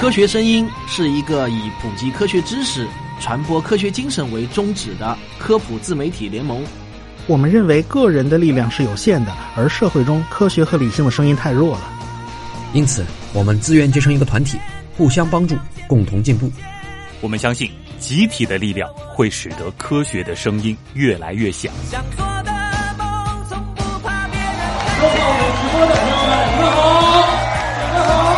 科学声音是一个以普及科学知识、传播科学精神为宗旨的科普自媒体联盟。 我们认为个人的力量是有限的，而社会中科学和理性的声音太弱了。 因此，我们自愿结成一个团体，互相帮助，共同进步。 我们相信，集体的力量会使得科学的声音越来越响。 想做的梦从不怕别人看收看我们直播的朋友们，你们好，你们好，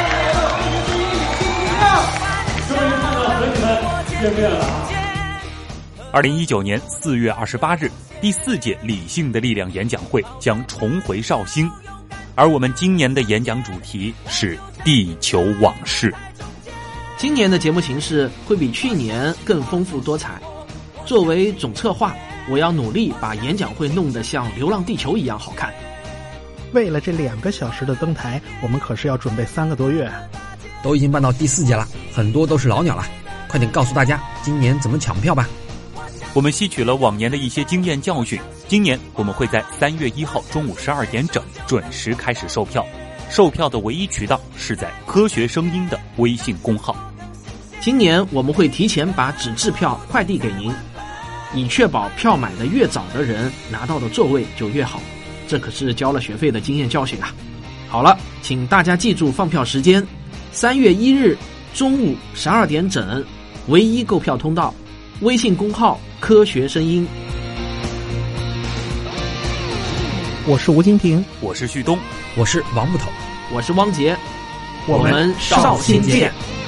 欢迎来到科学声音，终于看到和你们见面了。 2019年4月28日，第4届理性的力量演讲会将重回绍兴，而我们今年的演讲主题是地球往事。 今年的节目形式会比去年更丰富多彩。作为总策划，我要努力把演讲会弄得像《流浪地球》一样好看。 为了这2个小时的登台，我们可是要准备3个多月。 都已经办到第4届了，很多都是老鸟了，快点告诉大家今年怎么抢票吧。 我们吸取了往年的一些经验教训，今年我们会在3月1号中午12点整准时开始售票。售票的唯一渠道是在科学声音的微信公号。 今年我们会提前把纸质票快递给您，以确保票买的越早的人拿到的座位就越好。这可是交了学费的经验教训啊！好了，请大家记住放票时间：3月1日中午12点整，唯一购票通道，微信公号科学声音。 我是吴金平， 我是旭东， 我是王木头， 我是汪杰， 我们绍兴见。